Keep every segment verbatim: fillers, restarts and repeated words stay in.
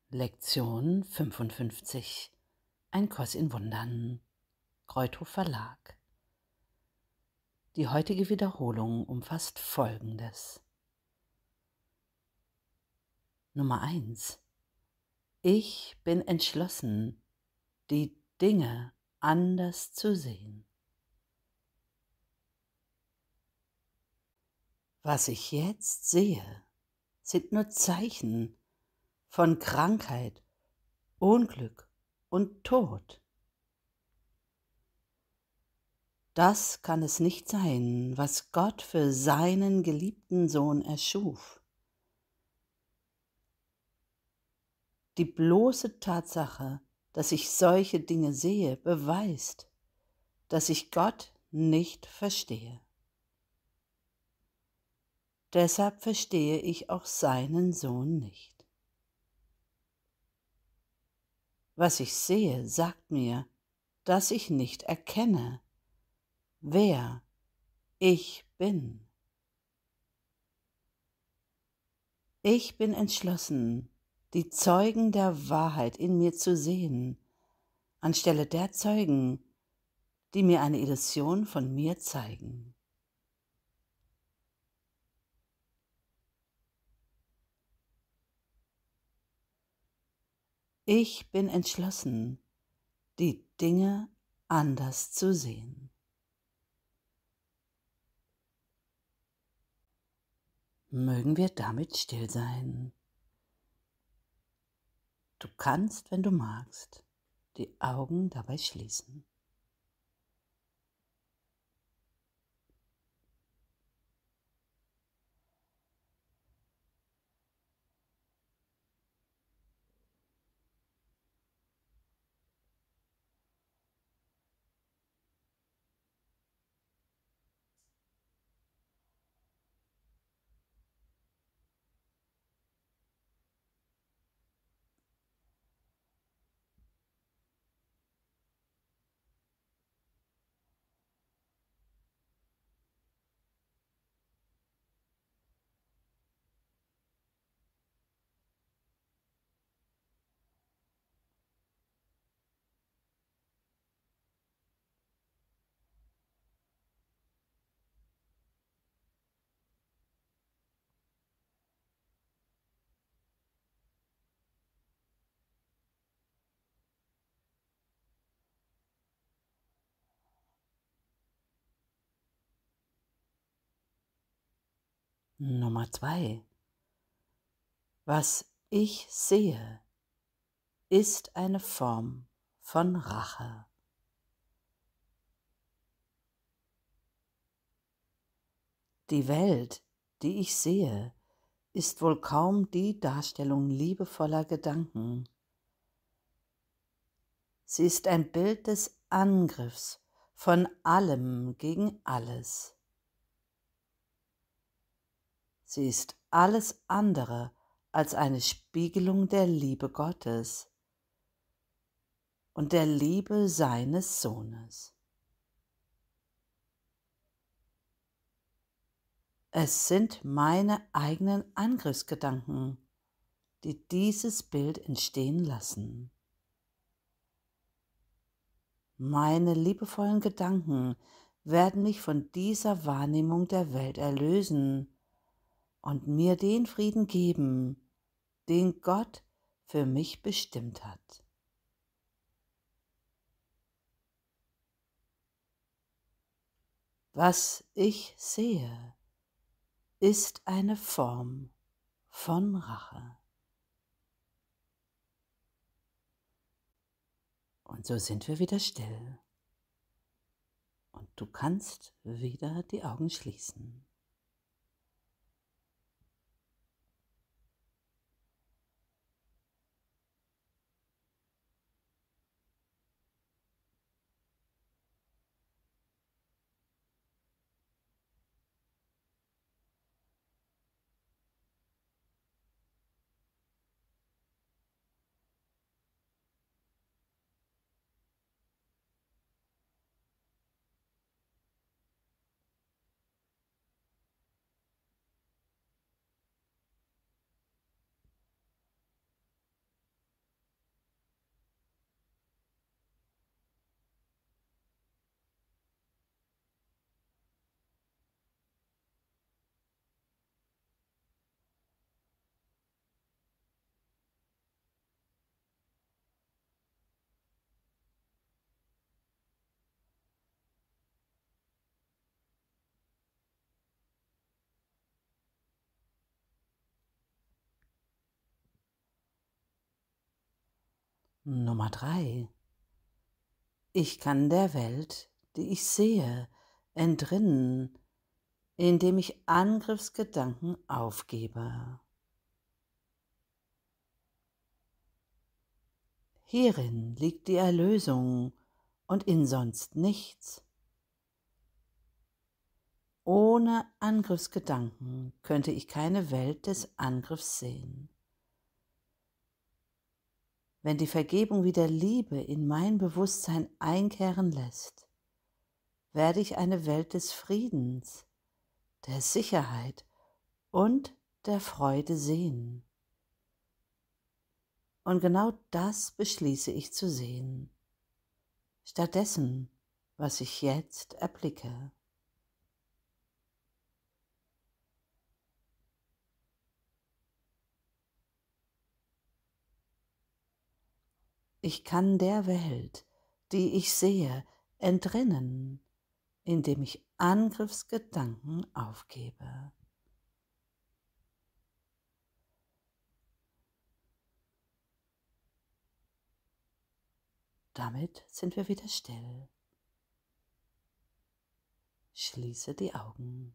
Lektion fünfundfünfzig. Ein Kurs in Wundern. Kreuthof Verlag. Die heutige Wiederholung umfasst Folgendes. Nummer eins. Ich bin entschlossen, die Dinge anders zu sehen. Was ich jetzt sehe, sind nur Zeichen von Krankheit, Unglück und Tod. Das kann es nicht sein, was Gott für seinen geliebten Sohn erschuf. Die bloße Tatsache, dass ich solche Dinge sehe, beweist, dass ich Gott nicht verstehe. Deshalb verstehe ich auch seinen Sohn nicht. Was ich sehe, sagt mir, dass ich nicht erkenne, wer ich bin. Ich bin entschlossen, die Zeugen der Wahrheit in mir zu sehen, anstelle der Zeugen, die mir eine Illusion von mir zeigen. Ich bin entschlossen, die Dinge anders zu sehen. Mögen wir damit still sein. Du kannst, wenn du magst, die Augen dabei schließen. Nummer zwei. Was ich sehe, ist eine Form von Rache. Die Welt, die ich sehe, ist wohl kaum die Darstellung liebevoller Gedanken. Sie ist ein Bild des Angriffs von allem gegen alles. Sie ist alles andere als eine Spiegelung der Liebe Gottes und der Liebe seines Sohnes. Es sind meine eigenen Angriffsgedanken, die dieses Bild entstehen lassen. Meine liebevollen Gedanken werden mich von dieser Wahrnehmung der Welt erlösen und mir den Frieden geben, den Gott für mich bestimmt hat. Was ich sehe, ist eine Form von Rache. Und so sind wir wieder still. Und du kannst wieder die Augen schließen. Nummer drei. Ich kann der Welt, die ich sehe, entrinnen, indem ich Angriffsgedanken aufgebe. Hierin liegt die Erlösung und in sonst nichts. Ohne Angriffsgedanken könnte ich keine Welt des Angriffs sehen. Wenn die Vergebung wieder Liebe in mein Bewusstsein einkehren lässt, werde ich eine Welt des Friedens, der Sicherheit und der Freude sehen. Und genau das beschließe ich zu sehen, stattdessen, was ich jetzt erblicke. Ich kann der Welt, die ich sehe, entrinnen, indem ich Angriffsgedanken aufgebe. Damit sind wir wieder still. Schließe die Augen.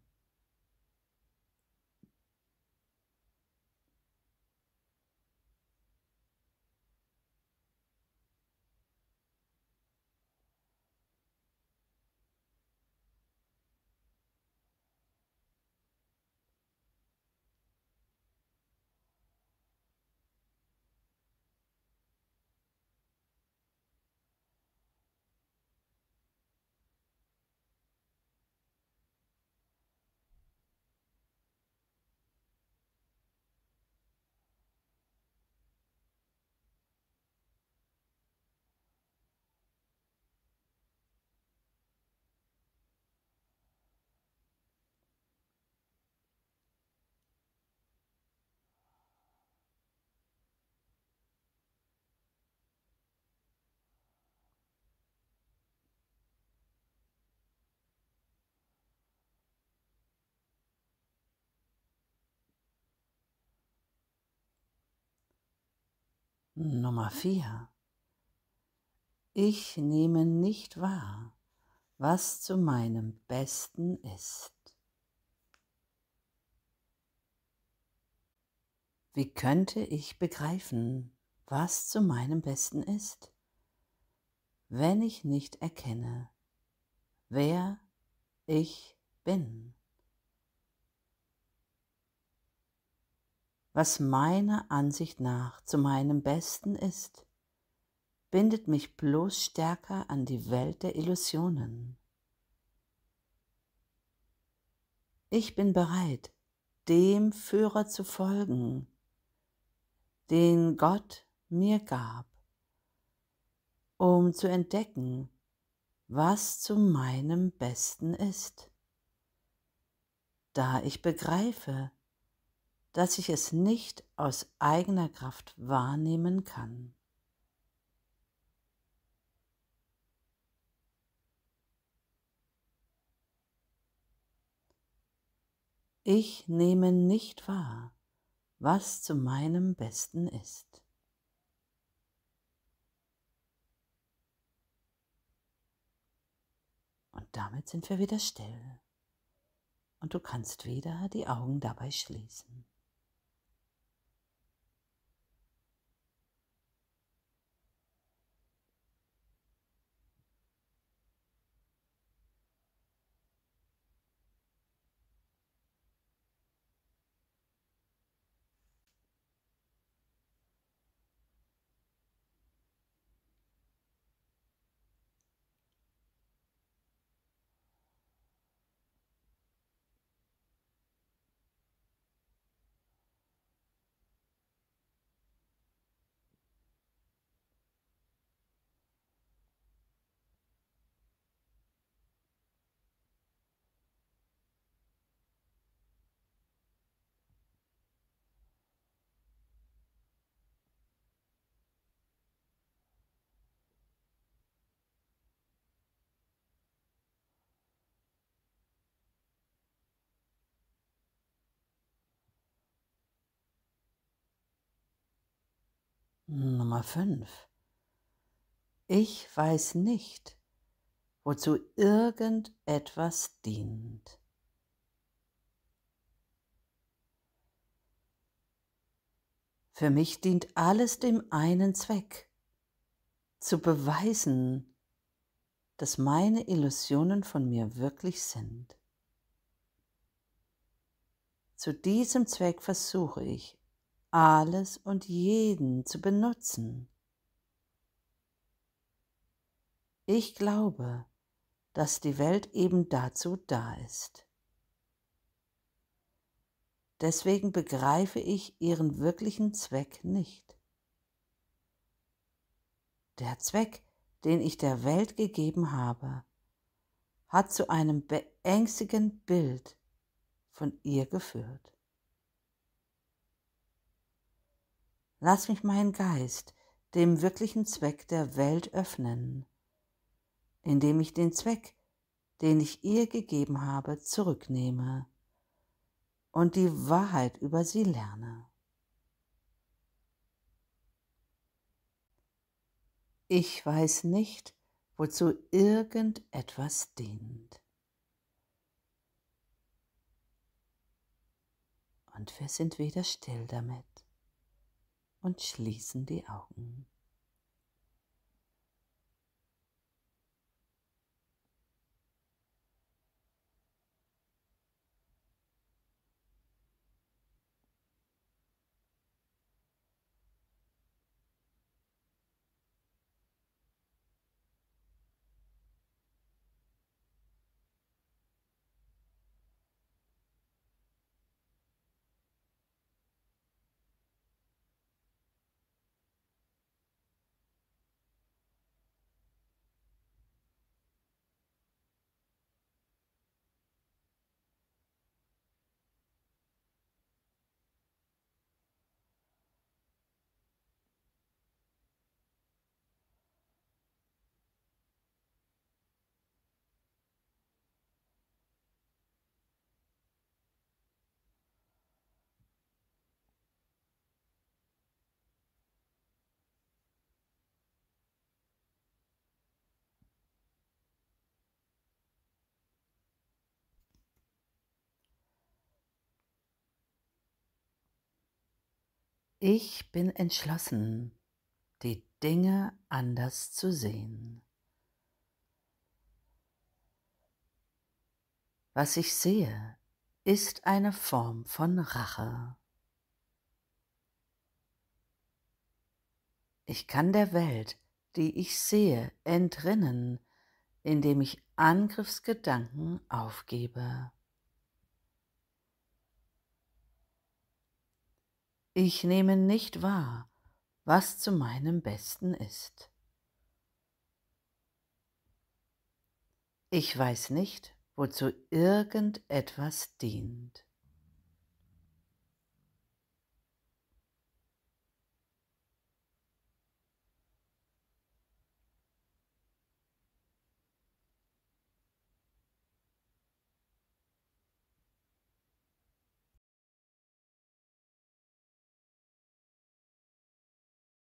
Nummer vier. Ich nehme nicht wahr, was zu meinem Besten ist. Wie könnte ich begreifen, was zu meinem Besten ist, wenn ich nicht erkenne, wer ich bin? Was meiner Ansicht nach zu meinem Besten ist, bindet mich bloß stärker an die Welt der Illusionen. Ich bin bereit, dem Führer zu folgen, den Gott mir gab, um zu entdecken, was zu meinem Besten ist, da ich begreife, dass ich es nicht aus eigener Kraft wahrnehmen kann. Ich nehme nicht wahr, was zu meinem Besten ist. Und damit sind wir wieder still und du kannst wieder die Augen dabei schließen. Nummer fünf. Ich weiß nicht, wozu irgendetwas dient. Für mich dient alles dem einen Zweck, zu beweisen, dass meine Illusionen von mir wirklich sind. Zu diesem Zweck versuche ich, alles und jeden zu benutzen. Ich glaube, dass die Welt eben dazu da ist. Deswegen begreife ich ihren wirklichen Zweck nicht. Der Zweck, den ich der Welt gegeben habe, hat zu einem beängstigenden Bild von ihr geführt. Lass mich meinen Geist dem wirklichen Zweck der Welt öffnen, indem ich den Zweck, den ich ihr gegeben habe, zurücknehme und die Wahrheit über sie lerne. Ich weiß nicht, wozu irgendetwas dient. Und wir sind wieder still damit und schließen die Augen. Ich bin entschlossen, die Dinge anders zu sehen. Was ich sehe, ist eine Form von Rache. Ich kann der Welt, die ich sehe, entrinnen, indem ich Angriffsgedanken aufgebe. Ich nehme nicht wahr, was zu meinem Besten ist. Ich weiß nicht, wozu irgendetwas dient.